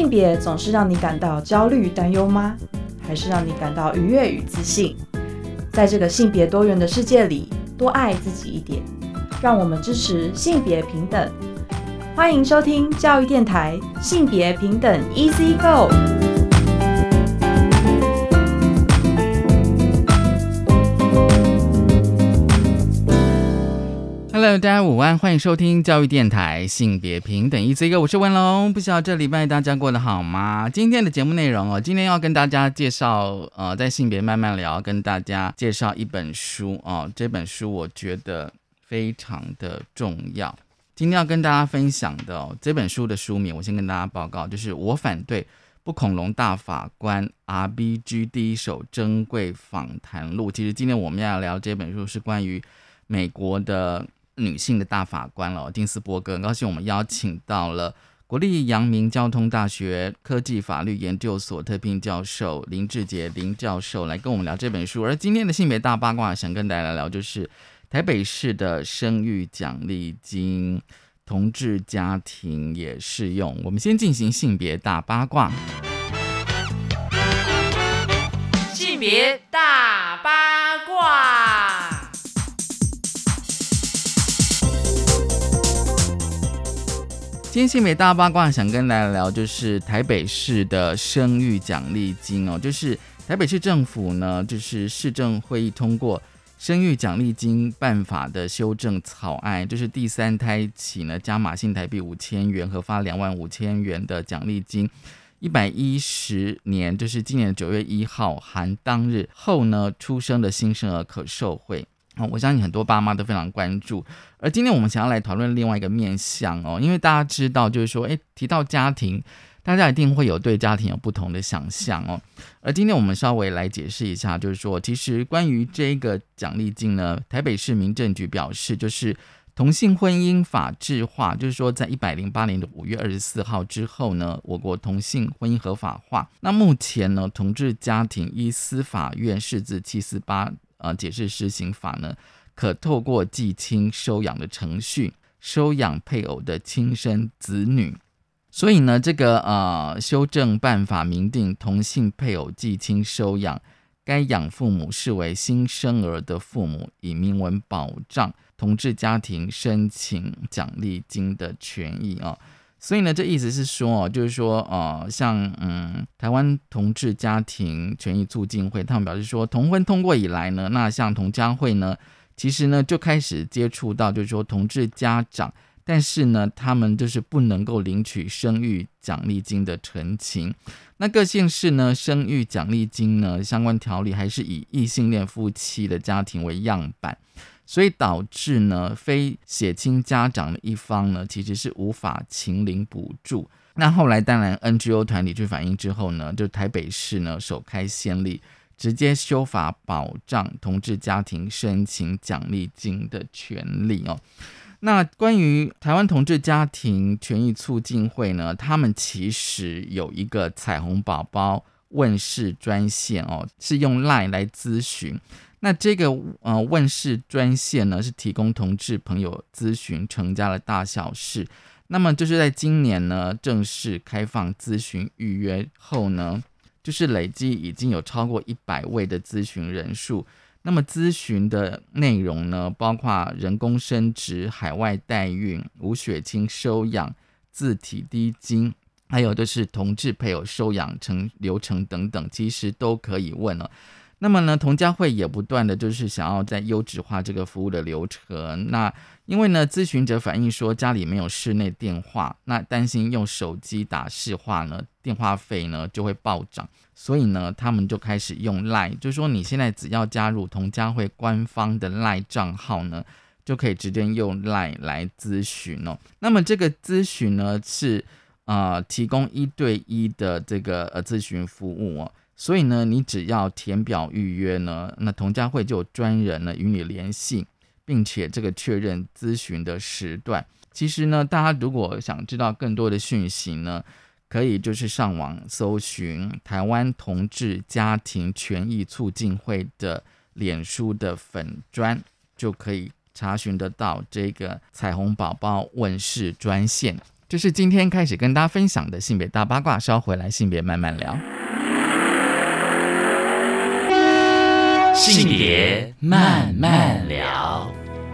性别总是让你感到焦虑担忧吗？还是让你感到愉悦与自信？在这个性别多元的世界里，多爱自己一点，让我们支持性别平等。欢迎收听教育电台性别平等 Easy Go。Hello， 大家午安，欢迎收听教育电台性别平等Easy Go，我是文龙。不知道这礼拜大家过得好吗？今天的节目内容今天要跟大家介绍在性别慢慢聊，跟大家介绍一本书这本书我觉得非常的重要。今天要跟大家分享的这本书的书名，我先跟大家报告，就是我反对不恐龙大法官 RBG 第一手珍贵访谈录。其实今天我们要聊这本书是关于美国的女性的大法官金斯伯格。很高兴我们邀请到了国立阳明交通大学科技法律研究所特聘教授林志杰林教授来跟我们聊这本书。而今天的性别大八卦想跟大家聊就是台北市的生育奖励金，同志家庭也适用。我们先进行性别大八卦。 性别大八卦。 今天性别大八卦想跟大家聊就是台北市的生育奖励金就是台北市政府呢，就是市政会议通过生育奖励金办法的修正草案，就是第三胎起呢加码新台币5000元，核发25000元的奖励金，110年就是今年9月1号含当日后呢出生的新生儿可受惠。我相信很多爸妈都非常关注。而今天我们想要来讨论另外一个面向因为大家知道就是说提到家庭，大家一定会有对家庭有不同的想象而今天我们稍微来解释一下，就是说其实关于这个奖励金呢，台北市民政局表示，就是同性婚姻法制化，就是说在108年的5月24号之后呢，我国同性婚姻合法化。那目前呢，同志家庭依司法院释字748解释施行法呢，可透过继亲收养的程序收养配偶的亲生子女。所以呢，这个修正办法明定，同性配偶继亲收养该养父母视为新生儿的父母，以明文保障同志家庭申请奖励金的权益所以呢，这意思是说就是说像台湾同志家庭权益促进会，他们表示说，同婚通过以来呢，那像同家会呢，其实呢就开始接触到就是说同志家长，但是呢他们就是不能够领取生育奖励金的陈情。那各县市呢生育奖励金呢相关条例还是以异性恋夫妻的家庭为样板，所以导致呢非血亲家长的一方呢其实是无法请领补助。那后来当然 NGO 团体去反映之后呢，就台北市呢首开先例，直接修法保障同志家庭申请奖励金的权利那关于台湾同志家庭权益促进会呢，他们其实有一个彩虹宝宝问世专线是用 LINE 来咨询。那这个问世专线呢，是提供同志朋友咨询成家的大小事。那么就是在今年呢正式开放咨询预约后呢，就是累计已经有超过100位的咨询人数。那么咨询的内容呢，包括人工生殖、海外代孕、无血亲收养、自体低精，还有就是同志配偶收养流程等等，其实都可以问那么呢，同家会也不断的就是想要在优质化这个服务的流程。那因为呢，咨询者反映说家里没有室内电话，那担心用手机打市话呢，电话费呢就会暴涨，所以呢，他们就开始用 LINE， 就是说你现在只要加入同家会官方的 LINE 账号呢，就可以直接用 LINE 来咨询那么这个咨询呢是提供1对1的这个咨询服务所以呢，你只要填表预约呢，那同家会就有专人呢与你联系，并且这个确认咨询的时段。其实呢，大家如果想知道更多的讯息呢，可以就是上网搜寻台湾同志家庭权益促进会的脸书的粉专，就可以查询得到这个彩虹宝宝问世专线。 这是今天开始跟大家分享的性别大八卦，稍回来性别慢慢聊。 性别慢慢聊。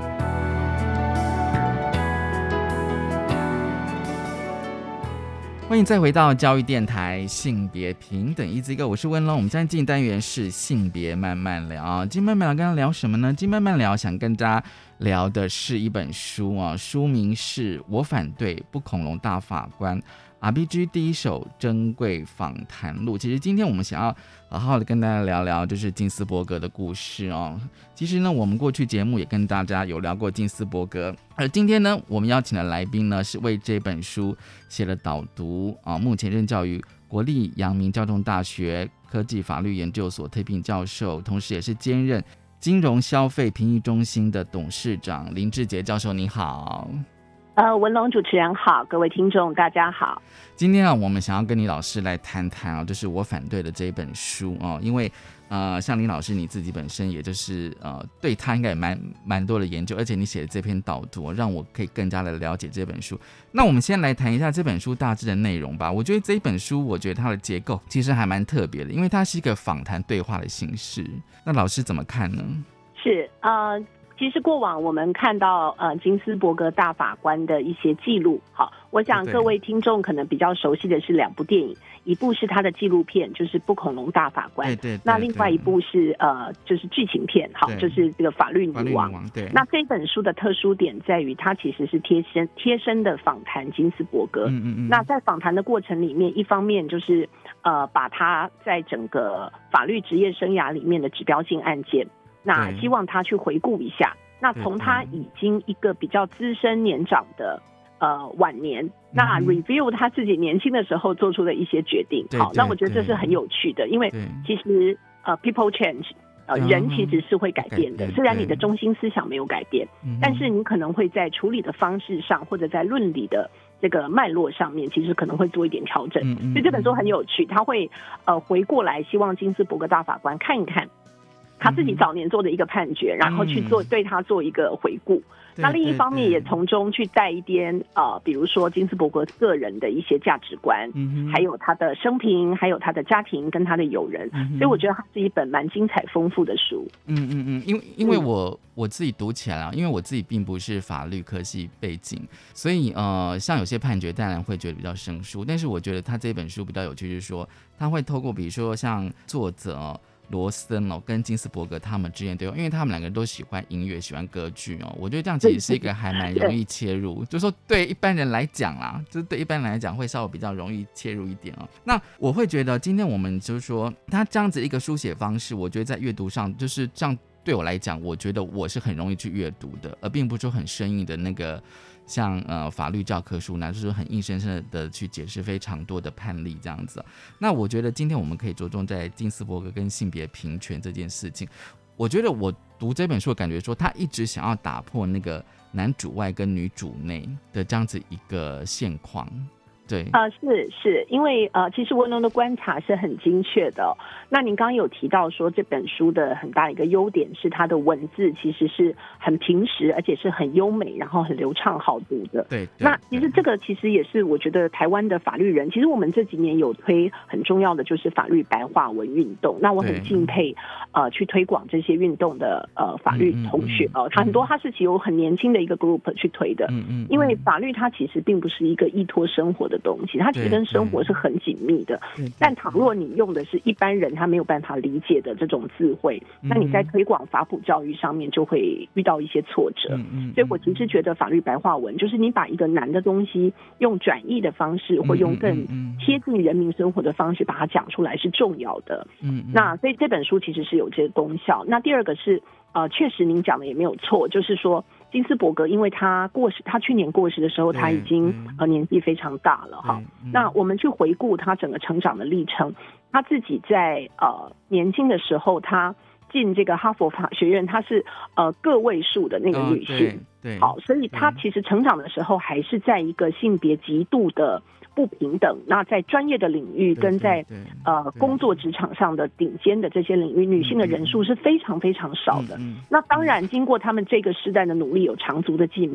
欢迎再回到教育电台性别平等一字一个，我是温龙。我们现在进单元是性别慢慢聊。今天慢慢聊跟大家聊什么呢？今天慢慢聊想跟大家聊的是一本书啊，书名是《我反对不恐龙大法官》RPG 第一手珍贵访谈录。其实今天我们想要好好的跟大家聊聊就是金斯伯格的故事哦。其实呢，我们过去节目也跟大家有聊过金斯伯格，而今天呢，我们邀请的来宾呢是为这本书写了导读啊，目前任教于国立阳明交通大学科技法律研究所特聘教授，同时也是兼任金融消费评议中心的董事长林志杰教授。你好。 文龙主持人好，各位听众大家好。 今天啊，我们想要跟李老师来谈谈啊，就是我反对的这一本书哦，因为像林老师你自己本身也就是对他应该也蛮多的研究，而且你写的这篇导读，让我可以更加的了解这本书。那我们先来谈一下这本书大致的内容吧。我觉得这一本书，我觉得它的结构其实还蛮特别的，因为它是一个访谈对话的形式。那老师怎么看呢？ 是其实过往我们看到金斯伯格大法官的一些记录，好，我想各位听众可能比较熟悉的是两部电影，一部是他的纪录片，就是《不恐龙大法官》，对，那另外一部是就是剧情片，好，就是这个法律女王。对，那这本书的特殊点在于，它其实是贴身的访谈金斯伯格。那在访谈的过程里面，一方面就是把他在整个法律职业生涯里面的指标性案件。那希望他去回顾一下，那从他已经一个比较资深年长的晚年，那 review 他自己年轻的时候做出的一些决定。好，那我觉得这是很有趣的，因为其实people change，人其实是会改变的，虽然你的中心思想没有改变，但是你可能会在处理的方式上，或者在论理的这个脉络上面，其实可能会做一点调整。所以这本书很有趣，他会回过来，希望金斯伯格大法官看一看他自己早年做的一个判决，然后去对他做一个回顾。那另一方面也从中去带一点比如说金斯伯格个人的一些价值观，还有他的生平，还有他的家庭跟他的友人。所以我觉得它是一本蛮精彩丰富的书。 因为我自己读起来因为我自己并不是法律科系背景，所以像有些判决当然会觉得比较生疏，但是我觉得他这本书比较有趣，就是说他会透过比如说像作者罗森跟金斯伯格他们之间对话，因为他们两个人都喜欢音乐，喜欢歌剧我觉得这样其实是一个还蛮容易切入，就是说对一般人来讲啦，就是对一般人来讲会稍微比较容易切入一点那我会觉得今天我们就是说他这样子一个书写方式，我觉得在阅读上就是这样，对我来讲，我觉得我是很容易去阅读的，而并不是说很生硬的那个像法律教科书那就是很硬生生的去解释非常多的判例这样子。那我觉得今天我们可以着重在金斯伯格跟性别平权这件事情。我觉得我读这本书的感觉说，他一直想要打破那个男主外跟女主内的这样子一个现况。对， 是因为其实文龙的观察是很精确的那您刚刚有提到说这本书的很大一个优点是它的文字其实是很平实，而且是很优美，然后很流畅好读的。对，那其实这个其实也是我觉得台湾的法律人，其实我们这几年有推很重要的就是法律白话文运动。那我很敬佩去推广这些运动的法律同学他很多他是其实有很年轻的一个 group 去推的。因为法律它其实并不是一个依托生活的东西，它其实跟生活是很紧密的。但倘若你用的是一般人他没有办法理解的这种智慧，那你在推广法普教育上面就会遇到一些挫折。所以我其实觉得法律白话文就是你把一个难的东西用转译的方式，或用更贴近人民生活的方式把它讲出来是重要的。那所以这本书其实是有这个功效。那第二个是确实您讲的也没有错，就是说金斯伯格因为他去年过世的时候他已经年纪非常大了哈。那我们去回顾他整个成长的历程，他自己在年轻的时候他进这个哈佛法学院，他是个位数的那个女性。对，好，所以他其实成长的时候还是在一个性别极度的不平等，那在专业的领域跟在工作职场上的顶尖的这些领域，女性的人数是非常非常少的。那当然经过他们这个时代的努力有长足的进步，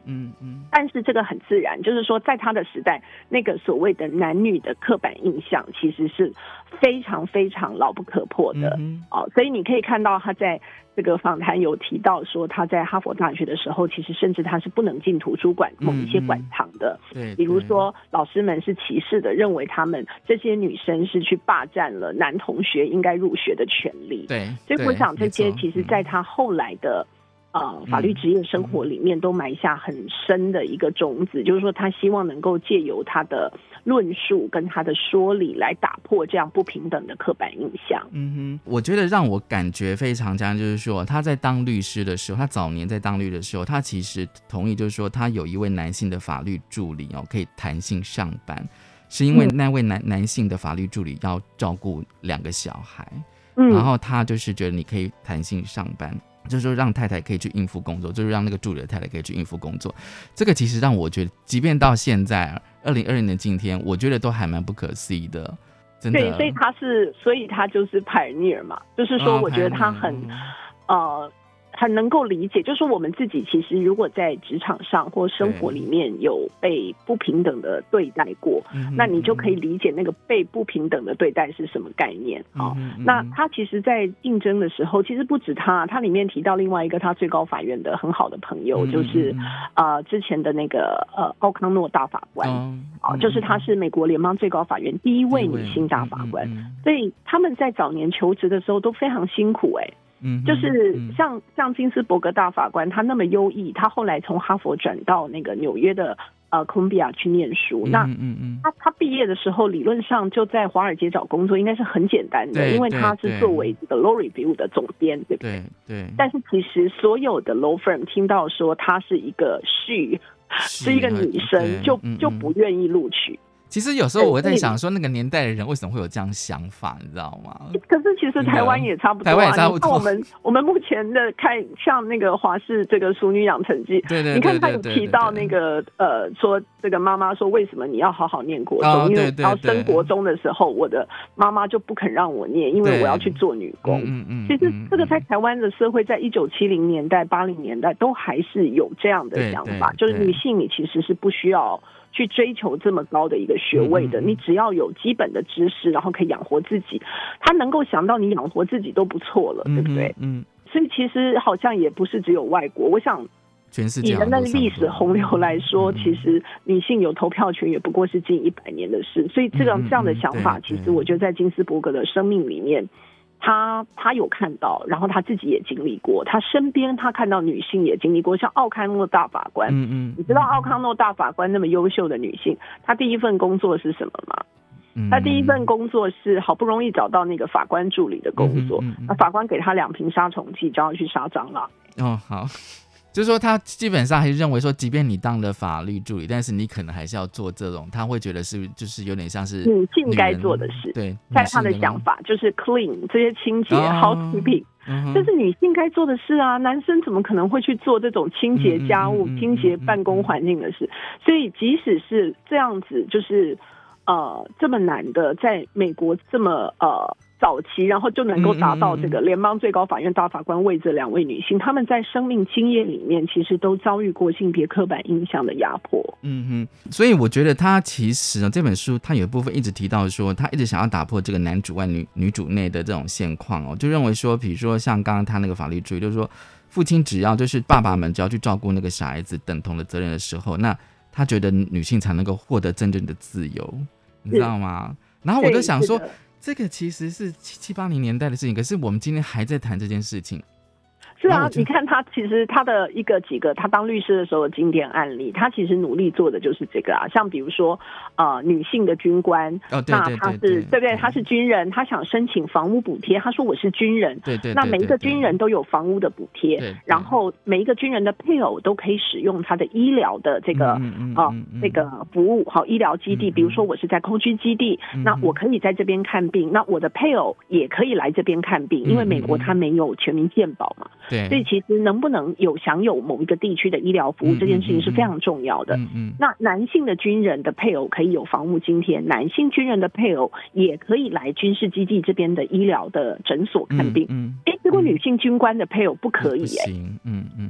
但是这个很自然，就是说在他的时代，那个所谓的男女的刻板印象其实是非常非常牢不可破的。所以你可以看到他在这个访谈有提到说，他在哈佛大学的时候，其实甚至他是不能进图书馆某一些馆藏的。比如说老师们是歧视的，认为他们这些女生是去霸占了男同学应该入学的权利。所以我想这些其实在他后来的法律职业生活里面都埋下很深的一个种子，就是说他希望能够借由他的论述跟他的说理来打破这样不平等的刻板印象。 我觉得让我感觉非常强，就是说他在当律师的时候，他早年在当律的时候，他其实同意就是说他有一位男性的法律助理可以弹性上班，是因为那位男性的法律助理要照顾2个小孩，然后他就是觉得你可以弹性上班，就是说让太太可以去应付工作，就是让那个助理的太太可以去应付工作。这个其实让我觉得即便到现在2020年今天，我觉得都还蛮不可思议的，真的。 对，所以他就是 pioneer 嘛，就是说我觉得他很能够理解，就是我们自己其实如果在职场上或生活里面有被不平等的对待过，那你就可以理解那个被不平等的对待是什么概念。那他其实在应征的时候，其实不止他里面提到另外一个他最高法院的很好的朋友，就是之前的那个奥康诺大法官，就是他是美国联邦最高法院第一位女性大法官，所以他们在早年求职的时候都非常辛苦。就是像金斯伯格大法官，他那么优异，他后来从哈佛转到那个纽约的哥伦比亚去念书。那他毕业的时候，理论上就在华尔街找工作应该是很简单的，因为他是作为这个 law review 的总编，对不对？对。但是其实所有的 law firm 听到说他是一个是一个女生，就不愿意录取。 其实有时候我在想说，那个年代的人为什么会有这样想法，你知道吗？ 可是其实台湾也差不多， 台湾也差不多。 我们目前的看，像那个华视这个《淑女养成记》，你看他有提到那个说这个妈妈说为什么你要好好念国中，因为要升国中的时候，我的妈妈就不肯让我念，因为我要去做女工。其实这个在台湾的社会，在1970年代、80年代都还是有这样的想法，就是女性你其实是不需要去追求这么高的一个学位的，你只要有基本的知识，然后可以养活自己，他能够想到你养活自己都不错了，对不对？所以其实好像也不是只有外国，我想以人类历史洪流来说，其实女性有投票权也不过是近100年的事，所以这样的想法，其实我觉得在金斯伯格的生命里面，他有看到，然后他自己也经历过，他身边他看到女性也经历过，像奥康诺大法官，你知道奥康诺大法官那么优秀的女性，她第一份工作是什么吗？她第一份工作是好不容易找到那个法官助理的工作，那法官给她2瓶杀虫剂，叫她去杀蟑螂。 好。就是说他基本上还是认为说，即便你当了法律助理，但是你可能还是要做这种，他会觉得就是有点像是女性该做的事。对，在他的想法就是 clean 这些清洁 housekeeping，这是女性该做的事啊，男生怎么可能会去做这种清洁家务、清洁办公环境的事？所以即使是这样子，就是这么难的，在美国这么早期，然后就能够达到这个联邦最高法院大法官位这2位女性，她们在生命经验里面其实都遭遇过性别刻板印象的压迫。 所以我觉得他其实这本书他有一部分一直提到说，他一直想要打破这个男主外女主内的这种现况就认为说，比如说像刚刚他那个法律主义，就是说父亲只要就是爸爸们只要去照顾那个小孩子等同的责任的时候，那他觉得女性才能够获得真正的自由，你知道吗？然后我就想说，这个其实是70、80年代的事情，可是我们今天还在谈这件事情。 是啊，你看他其实他的几个他当律师的时候的经典案例，他其实努力做的就是这个啊，像比如说女性的军官，那他是对不对？他是军人，他想申请房屋补贴，他说我是军人，那每一个军人都有房屋的补贴，然后每一个军人的配偶都可以使用他的医疗的这个这个服务，好，医疗基地，比如说我是在空军基地，那我可以在这边看病，那我的配偶也可以来这边看病，因为美国他没有全民健保嘛。所以其实能不能享有某一个地区的医疗服务这件事情是非常重要的。那男性的军人的配偶可以有房屋津贴，男性军人的配偶也可以来军事基地这边的医疗的诊所看病。结果女性军官的配偶不可以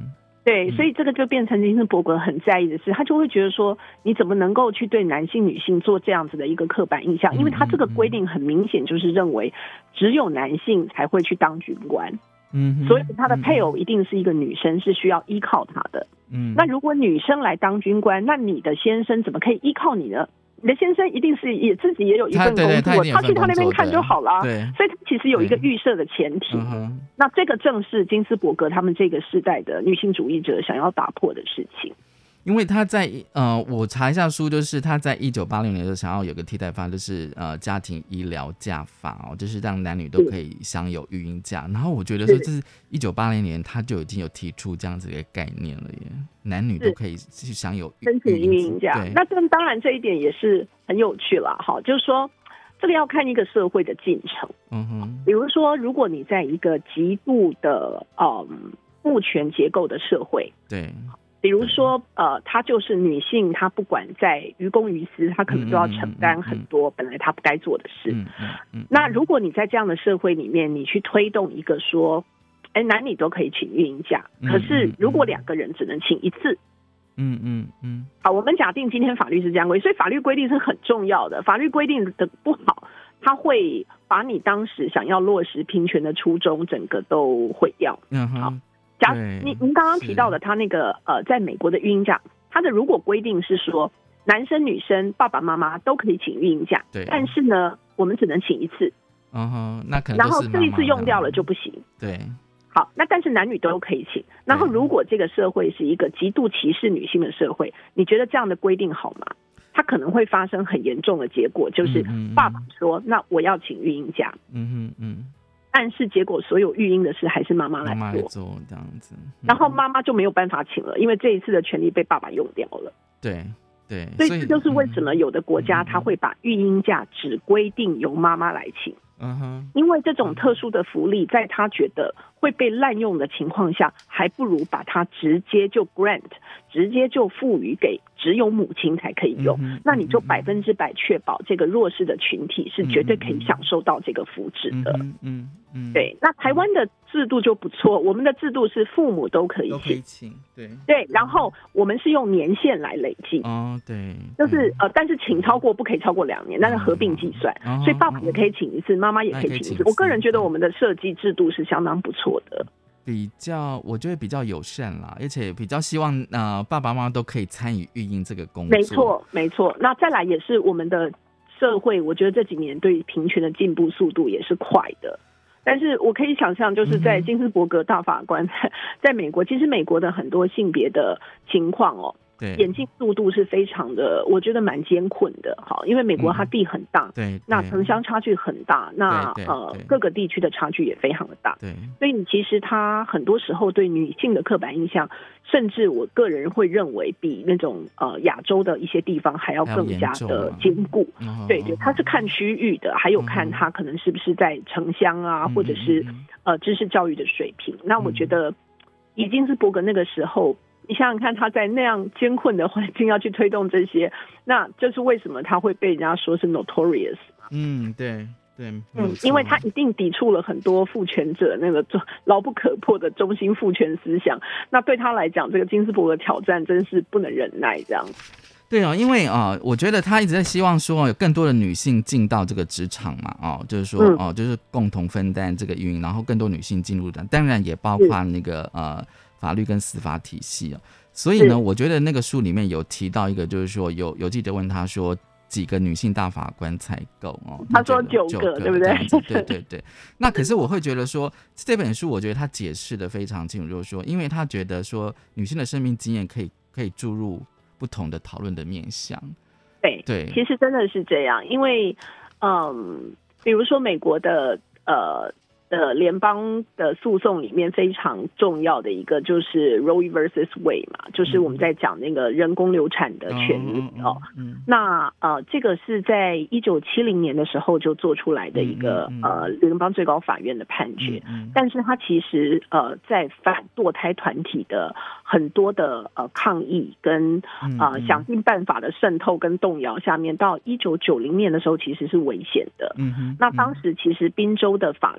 对，所以这个就变成金斯伯格很在意的是，他就会觉得说，你怎么能够去对男性、女性做这样子的一个刻板印象？因为他这个规定很明显就是认为只有男性才会去当军官，所以他的配偶一定是一个女生，是需要依靠他的。那如果女生来当军官，那你的先生怎么可以依靠你呢？你的先生一定是自己也有一份工作，他去他那边看就好了。对，所以他其实有一个预设的前提。那这个正是金斯伯格他们这个时代的女性主义者想要打破的事情。 因为他在我查一下书，就是他在1986年的时候想要有个替代法，就是家庭医疗假法就是让男女都可以享有育婴假。然后我觉得说，这是1980年他就已经有提出这样子的一个概念了耶，男女都可以去享有申请育婴假。那当然这一点也是很有趣啦，就是说这个要看一个社会的进程。比如说，如果你在一个极度的父权结构的社会，对。比如说，她就是女性，她不管在于公于私，她可能都要承担很多本来她不该做的事。那如果你在这样的社会里面，你去推动一个说，男女都可以请育婴假，可是如果2个人只能请一次，好，我们假定今天法律是这样规定，所以法律规定是很重要的。法律规定的不好，它会把你当时想要落实平权的初衷整个都毁掉。好。您刚刚提到的，他那个在美国的育婴假，他的如果规定是说男生女生爸爸妈妈都可以请育婴假，但是呢，我们只能请一次， 那可能然后这一次用掉了就不行。对，好，那但是男女都可以请。然后如果这个社会是一个极度歧视女性的社会，你觉得这样的规定好吗？它可能会发生很严重的结果，就是爸爸说，那我要请育婴假。但是结果所有育婴的事还是妈妈来做，这样子，然后妈妈就没有办法请了，因为这一次的权利被爸爸用掉了。对，所以这就是为什么有的国家他会把育婴假只规定由妈妈来请。因为这种特殊的福利在他觉得会被滥用的情况下，还不如把它直接就 grant， 直接就赋予给只有母亲才可以用，那你就100%确保这个弱势的群体是绝对可以享受到这个福祉的。对，那台湾的制度就不错，我们的制度是父母都可以请，对，然后我们是用年限来累计，对，就是但是请超过不可以超过2年，但是合并计算，所以爸爸也可以请一次，妈妈也可以请一次。我个人觉得我们的设计制度是相当不错的， 我觉得比较友善啦，而且比较希望爸爸妈妈都可以参与育婴这个工作。 没错。那再来也是我们的社会，我觉得这几年对平权的进步速度也是快的。但是我可以想象，就是在金斯伯格大法官在美国，其实美国的很多性别的情况演进速度是非常的，我觉得蛮艰困的。好，因为美国它地很大，那城乡差距很大，那各个地区的差距也非常的大，所以你其实它很多时候对女性的刻板印象，甚至我个人会认为比那种亚洲的一些地方还要更加的坚固。对，它是看区域的，还有看它可能是不是在城乡啊，或者是知识教育的水平。那我觉得以金斯伯格那个时候，你想想看，他在那样艰困的环境要去推动这些，那就是为什么他会被人家说是 notorious。 对， 因为他一定抵触了很多父权者那个牢不可破的中心父权思想。那对他来讲，这个金斯伯格挑战真是不能忍耐，这样。 对因为我觉得他一直在希望说有更多的女性进到这个职场嘛，就是说就是共同分担这个运营，然后更多女性进入的，当然也包括那个法律跟司法体系所以呢，我觉得那个书里面有提到一个，就是说有记者问他说几个女性大法官才够他说9个，对不对？ 对。那可是我会觉得说这本书，我觉得他解释的非常清楚，就是说，因为他觉得说女性的生命经验可以注入不同的讨论的面向。对， 其实真的是这样，因为比如说美国的联邦的诉讼里面非常重要的一个就是 Roe vs Wade 嘛，就是我们在讲那个人工流产的权利那这个是在1970年的时候就做出来的一个联邦最高法院的判决，但是它其实在反堕胎团体的很多的抗议跟想尽办法的渗透跟动摇下面，到1990年的时候其实是危险的。那当时其实宾州的法律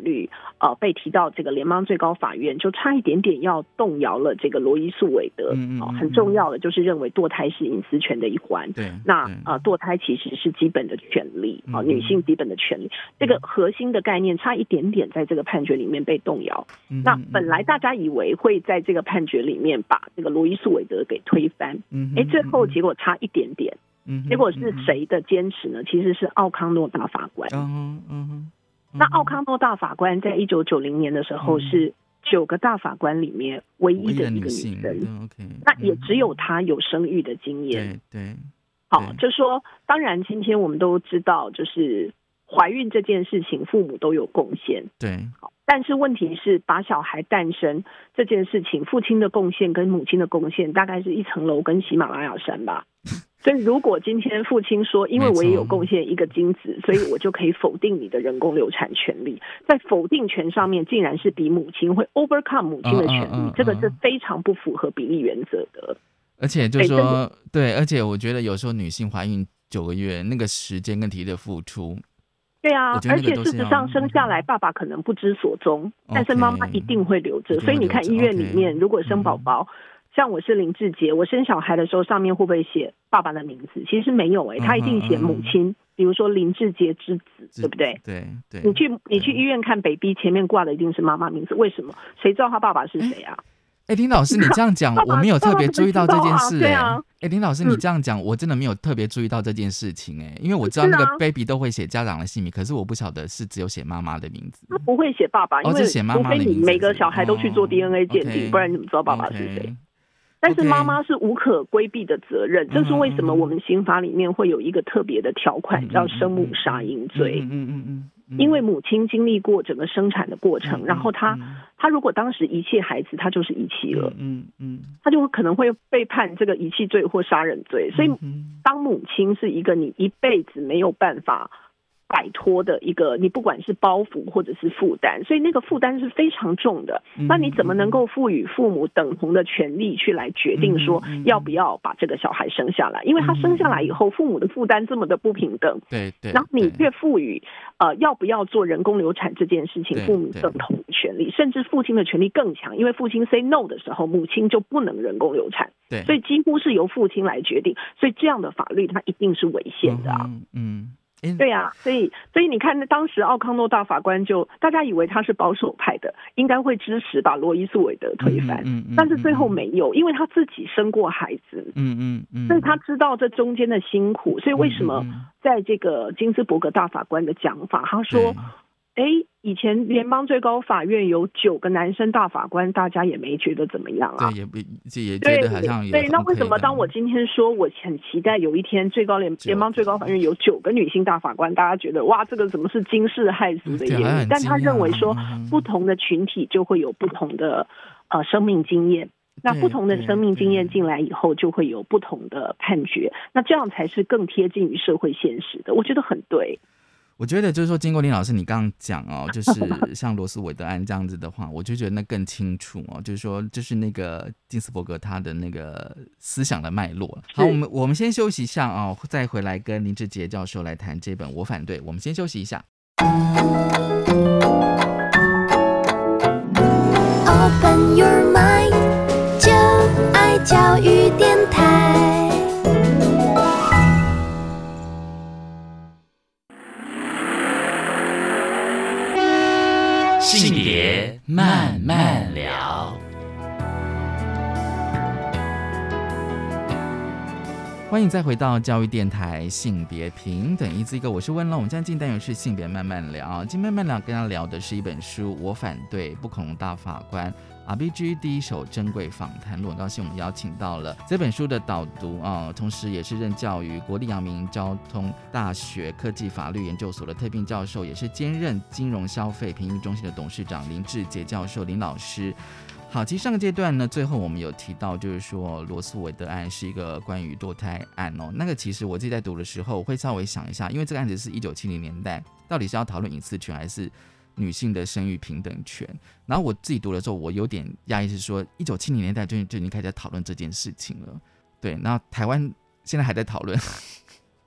被提到这个联邦最高法院，就差一点点要动摇了这个罗伊诉韦德。很重要的就是认为堕胎是隐私权的一环。 对， 那堕胎其实是基本的权利，女性基本的权利，这个核心的概念差一点点在这个判决里面被动摇。那本来大家以为会在这个判决里面把这个罗伊诉韦德给推翻，最后结果差一点点。结果是谁的坚持呢？其实是奥康诺大法官。那奥康诺大法官在1990年的时候是9个大法官里面唯一的一个女生，那也只有她有生育的经验。 对， 好，就说当然今天我们都知道，就是怀孕这件事情父母都有贡献。 对， 但是问题是把小孩诞生这件事情，父亲的贡献跟母亲的贡献大概是一层楼跟喜马拉雅山吧。所以如果今天父亲说因为我也有贡献一个精子，所以我就可以否定你的人工流产权利，在否定权上面竟然是比母亲会 overcome 母亲的权利，这个是非常不符合比例原则的。 而且就是说对，而且我觉得有时候女性怀孕9个月那个时间跟体力的付出， 对啊，而且事实上生下来爸爸可能不知所踪，但是妈妈一定会留着。所以你看医院里面如果生宝宝，像我是林志杰，我生小孩的时候上面会不会写爸爸的名字？其实没有他一定写母亲，比如说林志杰之子，对不对？ 对， 你去医院看 baby 前面挂的一定是妈妈名字，为什么？谁知道他爸爸是谁啊？ 林老师你这样讲我没有特别注意到这件事。 对啊， 林老师你这样讲我真的没有特别注意到这件事情因为我知道那个 baby 都会写家长的姓名，可是我不晓得是只有写妈妈的名字。 他不会写爸爸，因为除非你每个小孩都去做 DNA 鉴定，不然你怎么知道爸爸是谁？但是妈妈是无可规避的责任，这是为什么我们刑法里面会有一个特别的条款叫生母杀婴罪。因为母亲经历过整个生产的过程，然后她如果当时遗弃孩子，她就是遗弃了，她就可能会被判这个遗弃罪或杀人罪。所以当母亲是一个你一辈子没有办法摆脱的一个，你不管是包袱或者是负担，所以那个负担是非常重的。那你怎么能够赋予父母等同的权利去来决定说要不要把这个小孩生下来？因为他生下来以后，父母的负担这么的不平等， 对， 然后你却赋予要不要做人工流产这件事情父母等同的权利，甚至父亲的权利更强，因为父亲 say no 的时候，母亲就不能人工流产， 对， 所以几乎是由父亲来决定，所以这样的法律它一定是违宪的啊。对啊，所以你看，当时奥康诺大法官就大家以为他是保守派的，应该会支持把罗伊诉韦德推翻，但是最后没有，因为他自己生过孩子，所以他知道这中间的辛苦，所以为什么在这个金斯伯格大法官的讲法，他说以前联邦最高法院有9个男生大法官，大家也没觉得怎么样啊， 也觉得好像也对。那为什么当我今天说我很期待有一天联邦最高法院有9个女性大法官，大家觉得哇，这个怎么是惊世骇俗的言语？但他认为说不同的群体就会有不同的生命经验，那不同的生命经验进来以后，就会有不同的判决，那这样才是更贴近于社会现实的。我觉得很对。 我觉得就是说，经过林老师你刚刚讲就是像罗斯韦德案这样子的话，我就觉得那更清楚就是说，就是那个金斯伯格他的那个思想的脉络。好，我们先休息一下再回来跟林志杰教授来谈这本《我反对》。我们先休息一下。 Open your mind， 就爱教育电台。 性别慢慢聊。 欢迎再回到教育电台性别平等一字一个，我是温龙。我们今天进单元是性别慢慢聊，今天慢慢聊跟大家聊的是一本书《我反对不恐龙大法官》RBG 第一手珍贵访谈录。很高兴我们邀请到了这本书的导读同时也是任教于国立阳明交通大学科技法律研究所的特聘教授，也是兼任金融消费评议中心的董事长林志杰教授林老师。好，其实上个阶段呢，最后我们有提到，就是说罗斯韦德案是一个关于堕胎案那个其实我自己在读的时候，我会稍微想一下，因为这个案子是1970年代，到底是要讨论隐私权还是女性的生育平等权？然后我自己读的时候，我有点讶异，是说1970年代就已经开始在讨论这件事情了。对，然后台湾现在还在讨论。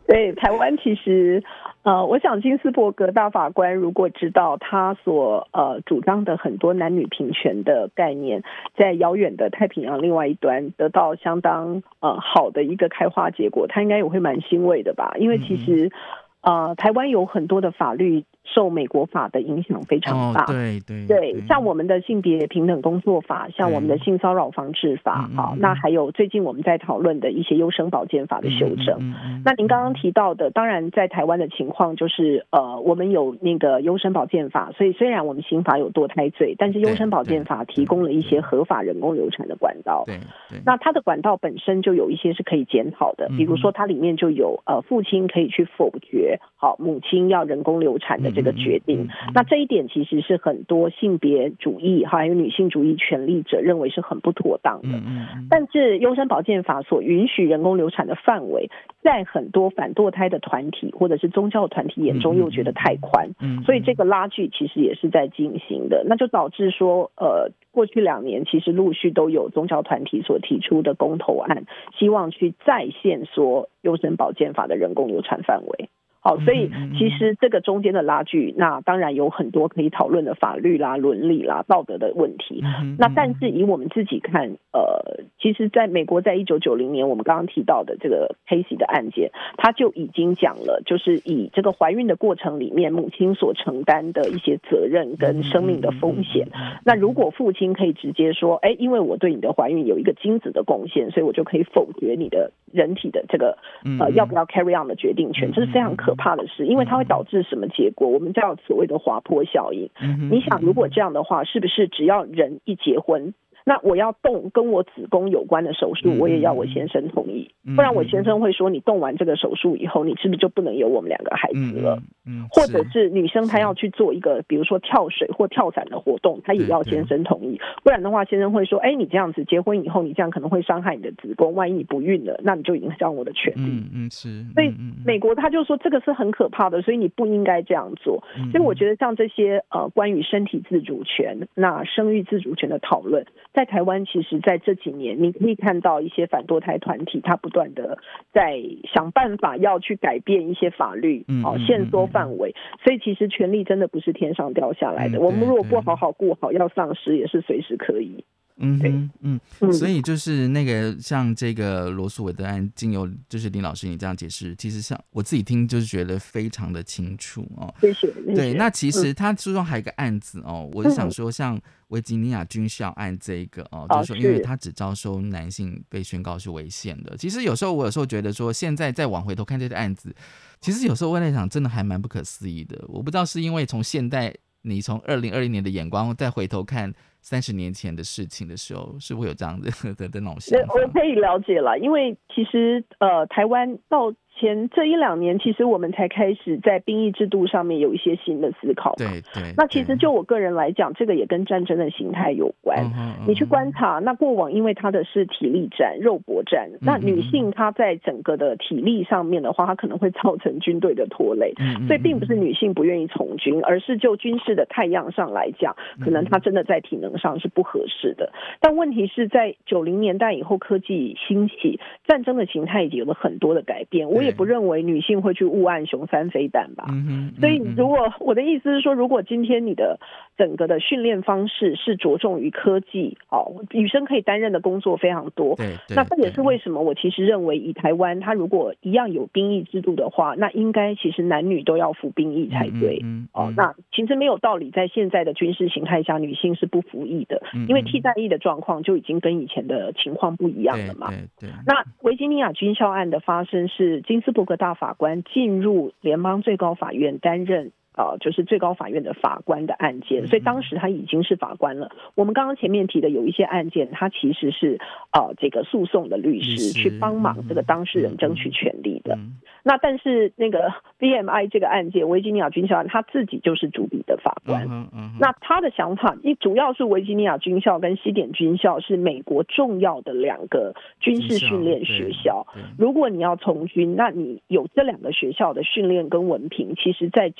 对，台湾其实，我想金斯伯格大法官如果知道他所主张的很多男女平权的概念，在遥远的太平洋另外一端得到相当好的一个开花结果，他应该也会蛮欣慰的吧？因为其实台湾有很多的法律受美国法的影响非常大，对，像我们的性别平等工作法，像我们的性骚扰防治法，那还有最近我们在讨论的一些优生保健法的修正。那您刚刚提到的，当然在台湾的情况就是我们有那个优生保健法，所以虽然我们刑法有堕胎罪，但是优生保健法提供了一些合法人工流产的管道。那它的管道本身就有一些是可以检讨的，比如说它里面就有父亲可以去否决母亲要人工流产的这个决定。那这一点其实是很多性别主义还有女性主义权利者认为是很不妥当的。但是优生保健法所允许人工流产的范围，在很多反堕胎的团体或者是宗教团体眼中又觉得太宽，所以这个拉锯其实也是在进行的。那就导致说过去2年其实陆续都有宗教团体所提出的公投案，希望去再限缩优生保健法的人工流产范围。好，所以其实这个中间的拉锯，那当然有很多可以讨论的法律啦、伦理啦、道德的问题。那但是以我们自己看，其实在美国在1990年我们刚刚提到的这个 Casey 的案件，他就已经讲了，就是以这个怀孕的过程里面母亲所承担的一些责任跟生命的风险。那如果父亲可以直接说，因为我对你的怀孕有一个精子的贡献，所以我就可以否决你的人体的这个要不要 carry on 的决定权，这是非常可怕的事，因为它会导致什么结果？我们叫所谓的滑坡效应。你想，如果这样的话，是不是只要人一结婚，那我要动跟我子宫有关的手术，我也要我先生同意，不然我先生会说，你动完这个手术以后，你是不是就不能有我们2个孩子了？或者是女生她要去做一个比如说跳水或跳伞的活动，她也要先生同意，不然的话先生会说，你这样子结婚以后，你这样可能会伤害你的子宫，万一你不孕了，那你就影响我的权利。所以美国他就说这个是很可怕的，所以你不应该这样做。所以我觉得像这些关于身体自主权、那生育自主权的讨论，在台湾其实在这几年你可以看到一些反堕胎团体他不断的在想办法要去改变一些法律，限缩范围。所以其实权利真的不是天上掉下来的，我们如果不好好顾好，要丧失也是随时可以。 所以就是那个像这个罗素韦德案，经由就是林老师你这样解释，其实像我自己听就是觉得非常的清楚哦。 谢谢。 对，那其实他书中还有一个案子哦，我是想说像维吉尼亚军校案这一个就是说因为他只招收男性被宣告是违宪的。其实我有时候觉得说，现在再往回头看这个案子，其实有时候我在想真的还蛮不可思议的。我不知道是因为从现代你从2020年的眼光再回头看30年前的事情的时候，是不是有这样的那种想法？ 我可以了解了，因为其实台湾到前这1-2年，其实我们才开始在兵役制度上面有一些新的思考。 对。 那其实就我个人来讲，这个也跟战争的形态有关。你去观察，那过往因为它的是体力战、肉搏战，那女性她在整个的体力上面的话，她可能会造成军队的拖累。所以并不是女性不愿意从军，而是就军事的态样上来讲，可能她真的在体能上是不合适的。但问题是在90年代以后，科技兴起，战争的形态已经有了很多的改变。我也不认为女性会去误按雄3飞弹吧。所以如果我的意思是说，如果今天你的整个的训练方式是着重于科技，女生可以担任的工作非常多。那这也是为什么我其实认为以台湾它如果一样有兵役制度的话，那应该其实男女都要服兵役才对。那其实没有道理在现在的军事形态下女性是不服役的，因为替代役的状况就已经跟以前的情况不一样了嘛。那维吉尼亚军校案的发生是金斯伯格大法官进入联邦最高法院担任就是最高法院的法官的案件，所以当时他已经是法官了。我们刚刚前面提的有一些案件，他其实是这个诉讼的律师去帮忙这个当事人争取权利的。那但是那个 VMI 这个案件，维吉尼亚军校案，他自己就是主笔的法官。那他的想法，主要是维吉尼亚军校跟西点军校是美国重要的2个军事训练学校。如果你要从军，那你有这2个学校的训练跟文凭，其实在整个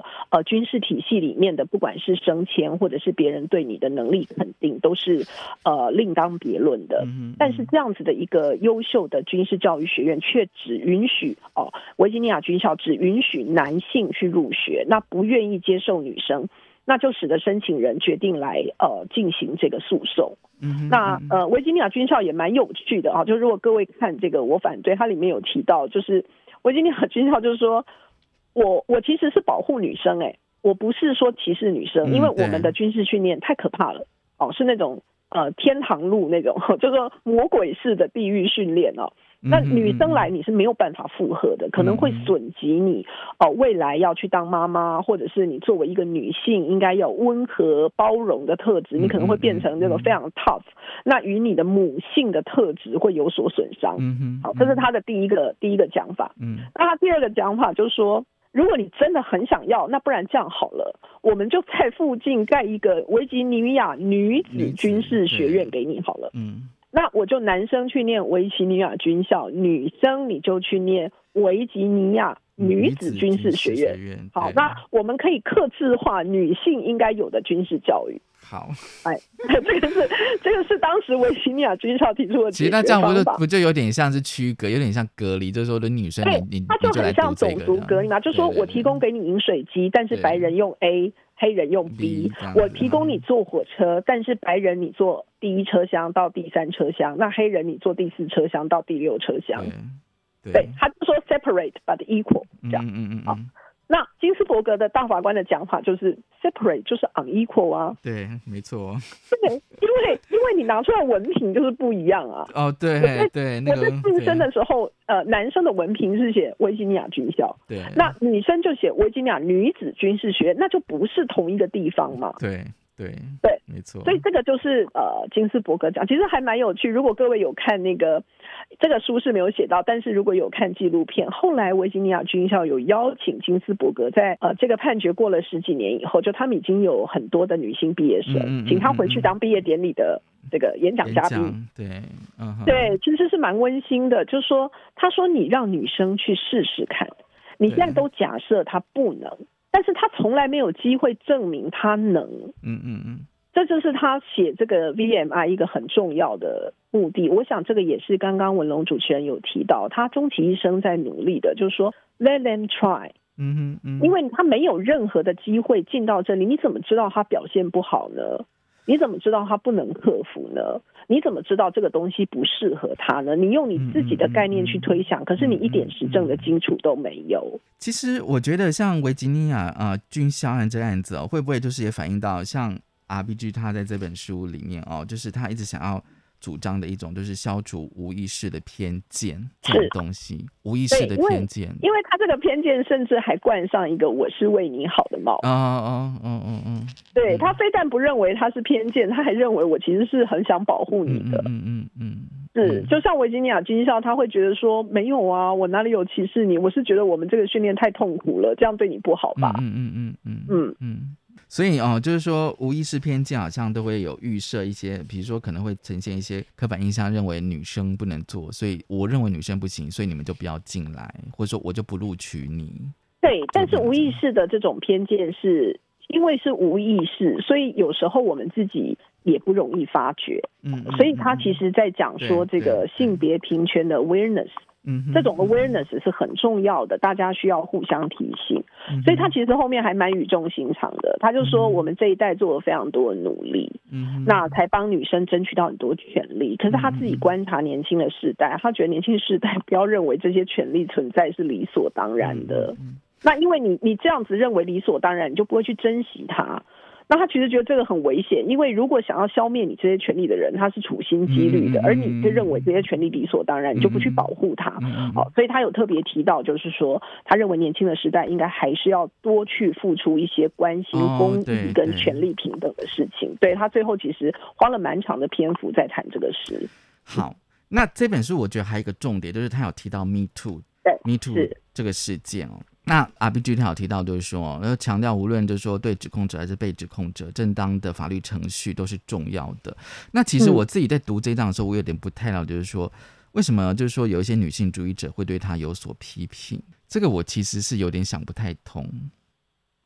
军事体系里面的，不管是升迁或者是别人对你的能力肯定，都是另当别论的。但是这样子的一个优秀的军事教育学院，却只允许维吉尼亚军校只允许男性去入学，那不愿意接受女生，那就使得申请人决定来进行这个诉讼。那维吉尼亚军校也蛮有趣的啊，就如果各位看这个我反对，它里面有提到，就是维吉尼亚军校就是说我其实是保护女生我不是说歧视女生，因为我们的军事训练太可怕了是那种天堂路那种，就是说魔鬼式的地狱训练那女生来你是没有办法负荷的，可能会损及你未来要去当妈妈，或者是你作为一个女性应该有温和包容的特质，你可能会变成这个非常 tough， 那与你的母性的特质会有所损伤。好，这是他的第一个讲法。那他第二个讲法就是说，如果你真的很想要，那不然这样好了，我们就在附近盖一个维吉尼亚女子军事学院给你好了。那我就男生去念维吉尼亚军校，女生你就去念维吉尼亚女子军事学院。好，那我们可以客制化女性应该有的军事教育。 好， 这个是当时维吉尼亚军校提出的解决方法。 其实那这样不就有点像是区隔，有点像隔离，就是说的女生你它就很像种族隔离嘛，就是说我提供给你饮水机，但是白人用 A， 黑人用 B， 我提供你坐火车，但是白人你坐第1车厢到第3车厢，那黑人你坐第4车厢到第6车厢。对，他就说 separate but equal 这样。好，那金斯伯格的大法官的讲法就是 separate 就是 unequal 啊。 对，没错。 对，因为你拿出来文凭就是不一样啊。 对，那个我在晋升的时候，男生的文凭是写维吉尼亚军校， 对， 那女生就写维吉尼亚女子军事学院，那就不是同一个地方嘛。 对，没错。 所以这个就是金斯伯格讲，其实还蛮有趣。如果各位有看那个这个书是没有写到，但是如果有看纪录片，后来维吉尼亚军校有邀请金斯伯格在这个判决过了10几年以后，就他们已经有很多的女性毕业生，请他回去当毕业典礼的这个演讲嘉宾。对，其实是蛮温馨的。就是说，他说你让女生去试试看，你现在都假设她不能，但是他从来没有机会证明他能。这就是他写这个 VMI 一个很重要的目的。我想这个也是刚刚文龙主持人有提到，他终其一生在努力的，就是说 let them try。因为他没有任何的机会进到这里，你怎么知道他表现不好呢？你怎么知道他不能克服呢？你怎么知道这个东西不适合他呢？你用你自己的概念去推想，可是你一点实证的基础都没有。 其实我觉得像维吉尼亚军校案这案子会不会就是也反映到像RBG 他在这本书里面就是他一直想要主张的一种就是消除无意识的偏见这种东西，无意识的偏见， 因为他这个偏见甚至还冠上一个我是为你好的帽。对，他非但不认为他是偏见，他还认为我其实是很想保护你的。是，就像维吉尼亚军校，他会觉得说没有啊，我哪里有歧视你？我是觉得我们这个训练太痛苦了，这样对你不好吧？ 所以就是说无意识偏见好像都会有预设一些，比如说可能会呈现一些刻板印象，认为女生不能做，所以我认为女生不行，所以你们就不要进来，或者说我就不录取你。 对，但是无意识的这种偏见是因为是无意识，所以有时候我们自己也不容易发觉。所以他其实在讲说这个性别平权的 awareness，这种 awareness 是很重要的，大家需要互相提醒。所以他其实后面还蛮语重心长的，他就说我们这一代做了非常多的努力，那才帮女生争取到很多权利。可是他自己观察年轻的世代，他觉得年轻世代不要认为这些权利存在是理所当然的。那因为你这样子认为理所当然，你就不会去珍惜它。那他其实觉得这个很危险，因为如果想要消灭你这些权利的人，他是处心积虑的，而你就认为这些权利理所当然，你就不去保护他。所以他有特别提到，就是说他认为年轻的时代应该还是要多去付出一些关心公益跟权利平等的事情。对，他最后其实花了蛮长的篇幅在谈这个事。 好，那这本书我觉得还有一个重点，就是他有提到 Me Too。Me Too 这个事件那 RBG 他有提到就是说，强调无论就是说对指控者还是被指控者，正当的法律程序都是重要的。那其实我自己在读这一章的时候，我有点不太了解，就是说为什么就是说有一些女性主义者会对他有所批评，这个我其实是有点想不太通。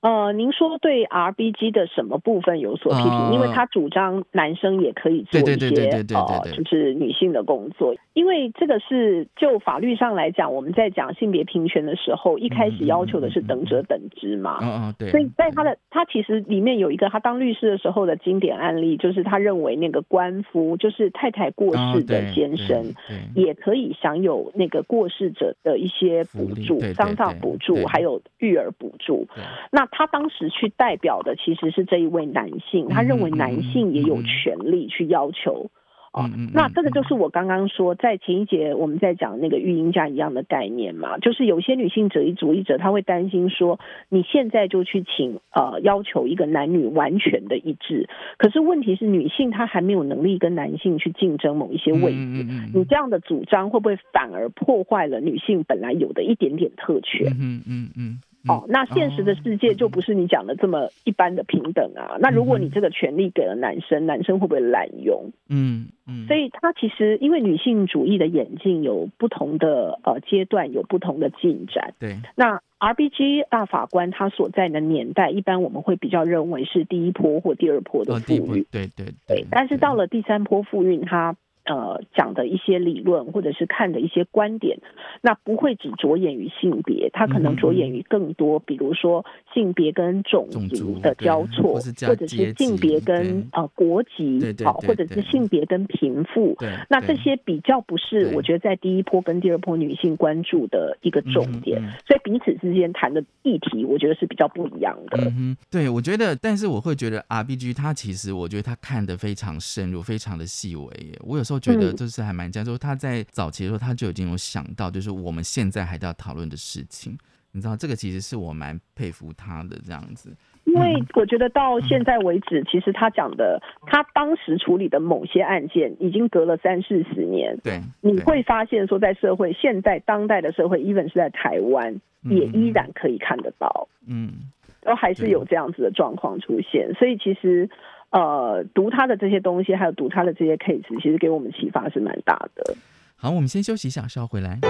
您说对 RBG 的什么部分有所批评？因为他主张男生也可以做一些就是女性的工作，因为这个是就法律上来讲，我们在讲性别平权的时候，一开始要求的是等者等之嘛。 对。 所以在他其实里面有一个他当律师的时候的经典案例，就是他认为那个官夫，就是太太过世的先生，也可以享有那个过世者的一些补助，丧葬补助，还有育儿补助。那他当时去代表的其实是这一位男性，他认为男性也有权利去要求。那这个就是我刚刚说在前一节我们在讲那个育婴假一样的概念嘛，就是有些女性主义者他会担心说，你现在就去要求一个男女完全的一致，可是问题是女性她还没有能力跟男性去竞争某一些位置，你这样的主张会不会反而破坏了女性本来有的一点点特权？那现实的世界就不是你讲的这么一般的平等啊。那如果你这个权利给了男生，男生会不会滥用？所以他其实因为女性主义的演进有不同的阶段，有不同的进展。对，那 RBG 大法官他所在的年代，一般我们会比较认为是第一波或第二波的妇运。对。但是到了第三波妇运，他讲的一些理论或者是看的一些观点，那不会只着眼于性别，它可能着眼于更多，比如说性别跟种族的交错，或者是性别跟国籍，或者是性别跟贫富。那这些比较不是我觉得在第一波跟第二波女性关注的一个重点，所以彼此之间谈的议题，我觉得是比较不一样的。 对，我觉得，但是我会觉得 RBG 他其实我觉得他看得非常深入，非常的细微耶。我有时候觉得就是还蛮这样说，他在早期的时候他就已经有想到，就是我们现在还在要讨论的事情，你知道，这个其实是我蛮佩服他的这样子。 因为我觉得到现在为止，其实他讲的，他当时处理的某些案件，已经隔了30-40年。对，你会发现说，在社会现在当代的社会 ，even 是在台湾，也依然可以看得到。都还是有这样子的状况出现，所以其实。读他的这些东西，还有读他的这些 case， 其实给我们启发是蛮大的。 好，我们先休息一下，稍后回来。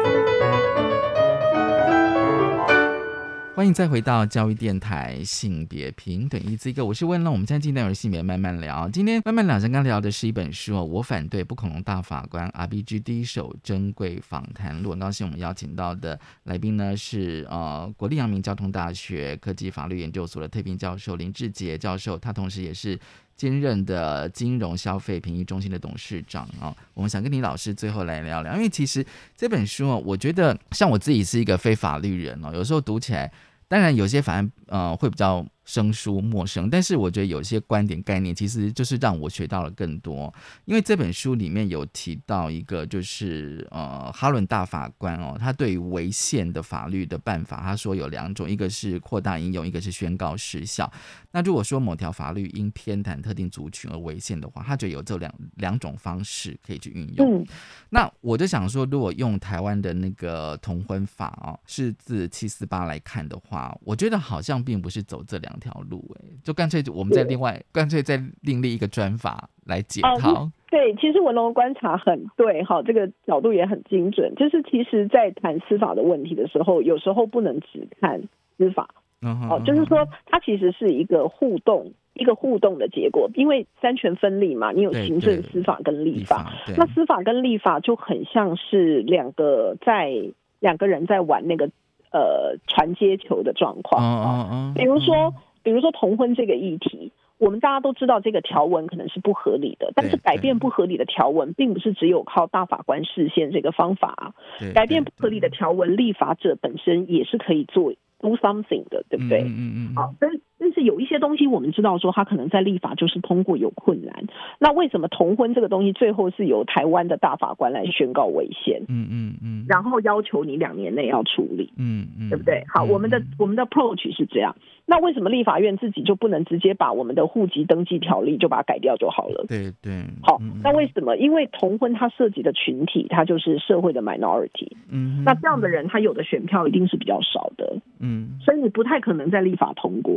欢迎再回到教育电台性别平等一字一个，我是温乐。我们现在进到性别慢慢聊，今天慢慢聊刚聊的是一本书我反对不恐龙大法官 RBG 第一手珍贵访谈录。很高兴我们邀请到的来宾呢是国立阳明交通大学科技法律研究所的特聘教授林志杰教授，他同时也是兼任的金融消费评议中心的董事长我们想跟李老师最后来聊聊，因为其实这本书我觉得像我自己是一个非法律人有时候读起来，当然有些法案会比较生疏陌生，但是我觉得有些观点概念其实就是让我学到了更多。因为这本书里面有提到一个就是哈伦大法官他对于违宪的法律的办法，他说有2种，一个是扩大应用，一个是宣告时效。那如果说某条法律因偏袒特定族群而违宪的话，他觉得有这两种方式可以去运用。那我就想说，如果用台湾的那个同婚法是自748来看的话，我觉得好像并不是走这2条路就干脆我们干脆再另立一个专法来解套。 对，其实文龙的观察很对这个角度也很精准，就是其实在谈司法的问题的时候，有时候不能只看司法就是说它其实是一个互动的结果，因为三权分立嘛，你有行政、司法跟立法，那司法跟立法就很像是两个人在玩那个传接球的状况比如说同婚这个议题，我们大家都知道这个条文可能是不合理的，但是改变不合理的条文并不是只有靠大法官释宪这个方法改变不合理的条文，立法者本身也是可以做do something 的，对不对？好，但是有一些东西我们知道说它可能在立法就是通过有困难，那为什么同婚这个东西最后是由台湾的大法官来宣告违宪然后要求你2年内要处理对不对？好，我们的 approach 是这样，那为什么立法院自己就不能直接把我们的户籍登记条例就把它改掉就好了？对，好，那为什么？因为同婚它涉及的群体它就是社会的 minority那这样的人他有的选票一定是比较少的所以你不太可能在立法通过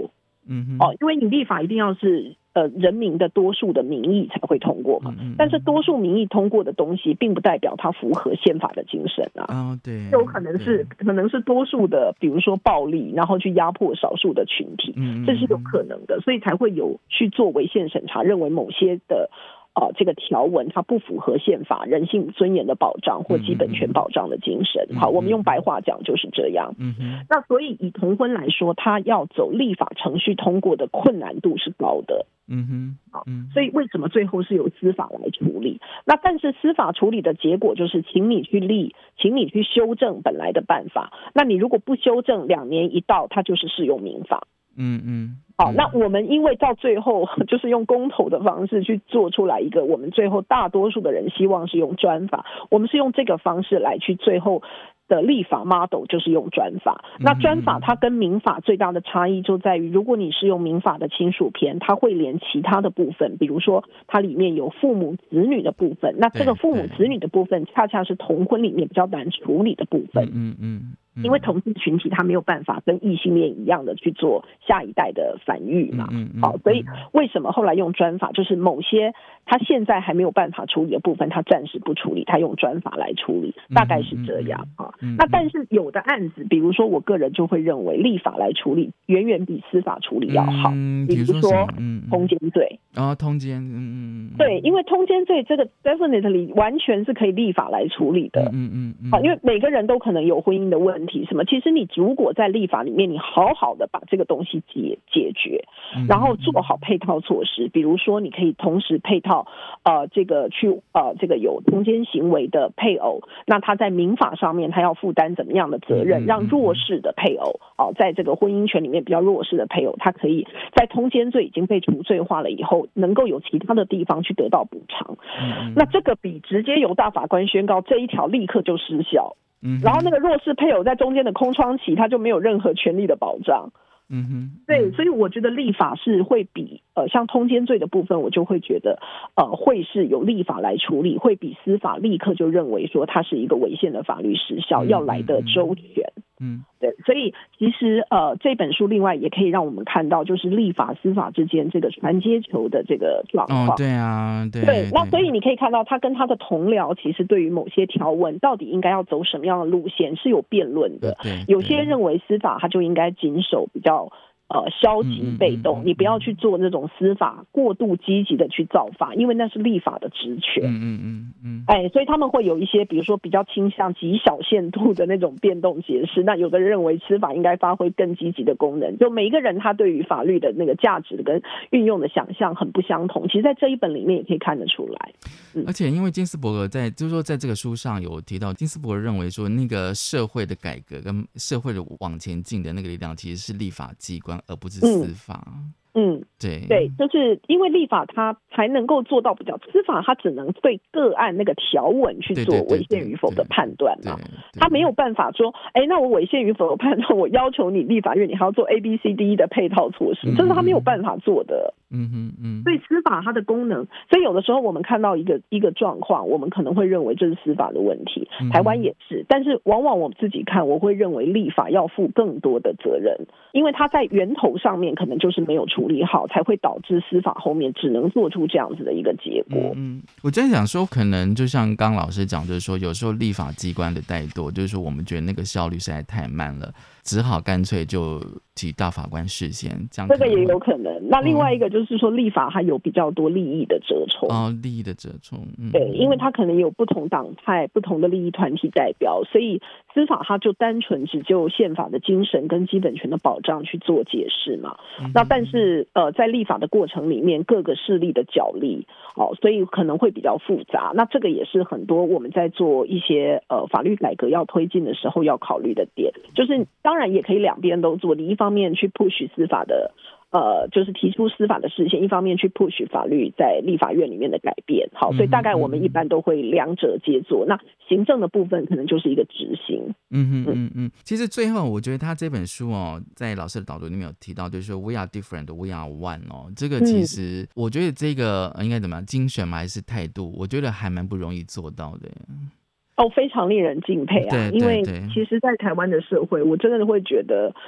因为你立法一定要是人民的多数的民意才会通过嘛，但是多数民意通过的东西，并不代表它符合宪法的精神啊。 对， 有可能是多数的，比如说暴力，然后去压迫少数的群体，这是有可能的，所以才会有去做违宪审查，认为某些的这个条文它不符合宪法人性尊严的保障或基本权保障的精神。好，我们用白话讲就是这样。那所以以同婚来说，它要走立法程序通过的困难度是高的。所以为什么最后是由司法来处理？那但是司法处理的结果就是请你去修正本来的办法。那你如果不修正，2年一到，它就是适用民法。好，那我们因为到最后就是用公投的方式去做出来一个，我们最后大多数的人希望是用专法，我们是用这个方式来去最后的立法 model 就是用专法。那专法它跟民法最大的差异就在于，如果你是用民法的亲属篇，它会连其他的部分，比如说它里面有父母子女的部分，那这个父母子女的部分恰恰是同婚里面比较难处理的部分。因为同志群体他没有办法跟异性恋一样的去做下一代的繁育嘛。所以为什么后来用专法，就是某些他现在还没有办法处理的部分，他暂时不处理，他用专法来处理，大概是这样啊。那但是有的案子，比如说我个人就会认为立法来处理远远比司法处理要好。比如说通奸罪。 通奸。 对，因为通奸罪这个 definitely 完全是可以立法来处理的。因为每个人都可能有婚姻的问题什么，其实你如果在立法里面你好好的把这个东西解决，然后做好配套措施，比如说你可以同时配套这个有通奸行为的配偶，那他在民法上面他要负担怎么样的责任，让弱势的配偶在这个婚姻权里面比较弱势的配偶，他可以在通奸罪已经被除罪化了以后，能够有其他的地方去得到补偿。那这个比直接由大法官宣告这一条立刻就失效。然后那个弱势配偶在中间的空窗期，他就没有任何权利的保障。对，所以我觉得立法是会比像通奸罪的部分，我就会觉得会是由立法来处理，会比司法立刻就认为说它是一个违宪的法律时效要来的周全。对，所以其实这本书另外也可以让我们看到，就是立法司法之间这个传接球的这个状况。 对啊， 对，那所以你可以看到他跟他的同僚其实对于某些条文到底应该要走什么样的路线是有辩论的。有些认为司法他就应该谨守比较消极被动，你不要去做那种司法过度积极的去造法，因为那是立法的职权。所以他们会有一些比如说比较倾向极小限度的那种变动解释，那有的人认为司法应该发挥更积极的功能，就每一个人他对于法律的那个价值跟运用的想象很不相同，其实在这一本里面也可以看得出来。 而且因为金斯伯格就是说在这个书上有提到，金斯伯格认为说那个社会的改革跟社会的往前进的那个力量其实是立法机关而不是司法。对，就是因为立法它才能够做到比较，司法它只能对个案那个条文去做违宪与否的判断嘛，它没有办法说，那我违宪与否的判断，我要求你立法院你还要做 ABCD 的配套措施，这是他没有办法做的。所以司法它的功能，所以有的时候我们看到一个状况，我们可能会认为这是司法的问题，台湾也是，但是往往我自己看，我会认为立法要负更多的责任，因为它在源头上面可能就是没有处理好，才会导致司法后面只能做出这样子的一个结果。 我在想说，可能就像刚老师讲，就是说有时候立法机关的怠惰，就是说我们觉得那个效率实在太慢了，只好干脆就提大法官释宪，这样这个也有可能。那另外一个就是说，立法它有比较多利益的折冲。 利益的折冲。 对，因为它可能有不同党派、不同的利益团体代表，所以司法它就单纯只就宪法的精神跟基本权的保障去做解释嘛。那但是在立法的过程里面，各个势力的角力，所以可能会比较复杂。那这个也是很多我们在做一些法律改革要推进的时候要考虑的点，就是当然也可以两边都做，你一方面去 push 司法的就是提出司法的释宪，一方面去 push 法律在立法院里面的改变。好，所以大概我们一般都会两者皆做。那行政的部分可能就是一个执行。 其实最后我觉得他这本书在老师的导读里面有提到，就是说 we are different, we are one 这个其实我觉得这个应该怎么样，精神嘛还是态度，我觉得还蛮不容易做到的。非常令人敬佩啊！因为其实在台湾的社会，我真的会觉得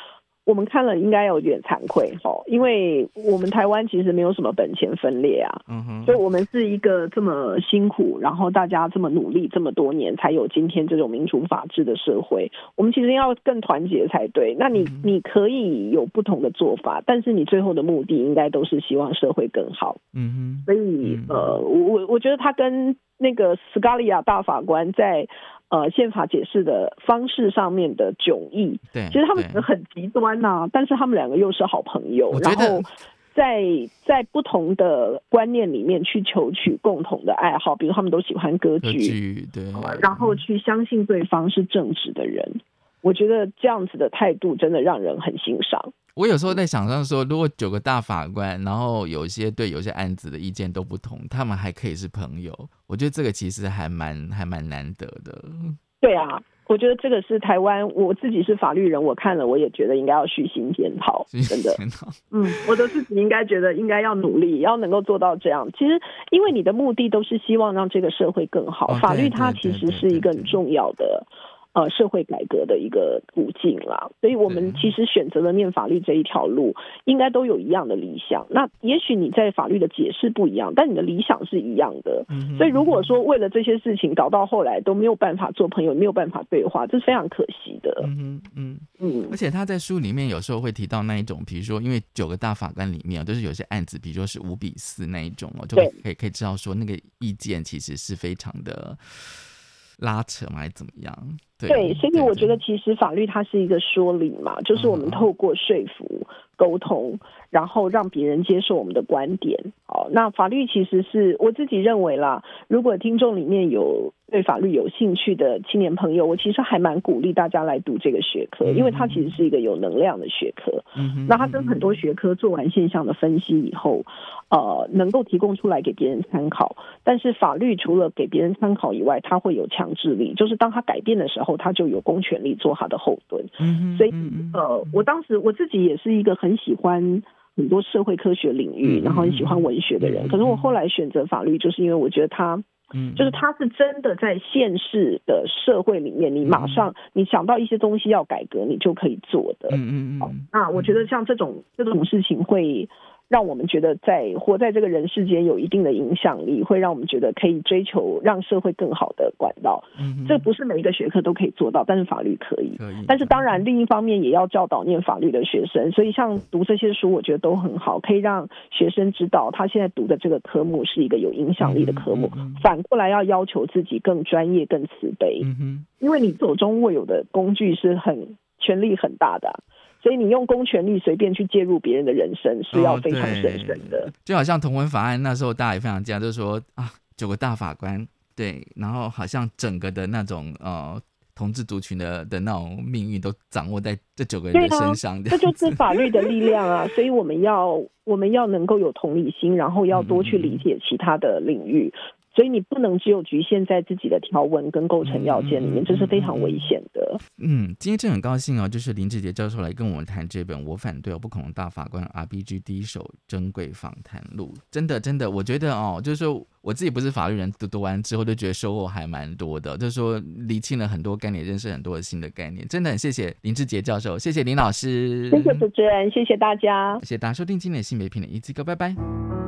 我们看了应该有点惭愧因为我们台湾其实没有什么本钱分裂啊，所以我们是一个这么辛苦，然后大家这么努力这么多年才有今天这种民主法治的社会，我们其实要更团结才对。那你可以有不同的做法，但是你最后的目的应该都是希望社会更好。所以我觉得他跟那个斯卡利亚大法官在宪法解释的方式上面的迥异， 对， 其实他们很极端啊，但是他们两个又是好朋友，然后在不同的观念里面去求取共同的爱好，比如他们都喜欢歌剧， 对， 然后去相信对方是正直的人。我觉得这样子的态度真的让人很欣赏。 我有时候在想象说，如果9个大法官，然后有些对有些案子的意见都不同，他们还可以是朋友，我觉得这个其实还蛮难得的。 对啊，我觉得这个是台湾，我自己是法律人，我看了我也觉得应该要虚心检讨，真的。我的自己应该觉得应该要努力，要能够做到这样。其实因为你的目的都是希望让这个社会更好，法律它其实是一个很重要的社会改革的一个途径啦，所以我们其实选择了念法律这一条路，应该都有一样的理想。那也许你在法律的解释不一样，但你的理想是一样的。所以如果说为了这些事情搞到后来都没有办法做朋友，没有办法对话，这是非常可惜的。 而且他在书里面有时候会提到那一种，比如说因为9个大法官里面都是有些案子，比如说是5比4那一种就可以知道说那个意见其实是非常的拉扯嘛，还是怎么样？ 对，所以我觉得其实法律它是一个说理嘛，就是我们透过说服、沟通，然后让别人接受我们的观点。那法律其实是我自己认为啦，如果听众里面有对法律有兴趣的青年朋友，我其实还蛮鼓励大家来读这个学科，因为它其实是一个有能量的学科。那它跟很多学科做完现象的分析以后，能够提供出来给别人参考。但是法律除了给别人参考以外，它会有强制力，就是当它改变的时候，它就有公权力做它的后盾。所以我当时我自己也是一个很喜欢很多社会科学领域，然后很喜欢文学的人，可是我后来选择法律，就是因为我觉得它就是它是真的在现实的社会里面，你马上你想到一些东西要改革，你就可以做的。那我觉得像这种事情会让我们觉得活在这个人世间有一定的影响力，会让我们觉得可以追求让社会更好的管道。这不是每一个学科都可以做到，但是法律可以。但是当然另一方面也要教导念法律的学生，所以像读这些书我觉得都很好，可以让学生知道他现在读的这个科目是一个有影响力的科目，反过来要要求自己更专业更慈悲。因为你手中握有的工具是权力很大的所以你用公权力随便去介入别人的人生是要非常审慎的。 就好像同婚法案那时候大家也非常惊讶，就是说9个大法官，对，然后好像整个的那种同志族群的那种命运都掌握在这9个人的身上。 这就是法律的力量啊！所以我们要能够有同理心，然后要多去理解其他的领域。所以你不能只有局限在自己的条文跟构成要件里面，这是非常危险的。 今天真的很高兴就是林志杰教授来跟我们谈这本《我反对不恐龙大法官 RBG 第一手珍贵访谈录》。真的我觉得就是说我自己不是法律人，读完之后就觉得收获还蛮多的，就是说厘清了很多概念，认识很多新的概念。真的很谢谢林志杰教授，谢谢林老师， 谢谢主持人，谢谢大家， 谢谢大家收听今天的性别平等一次歌，拜拜。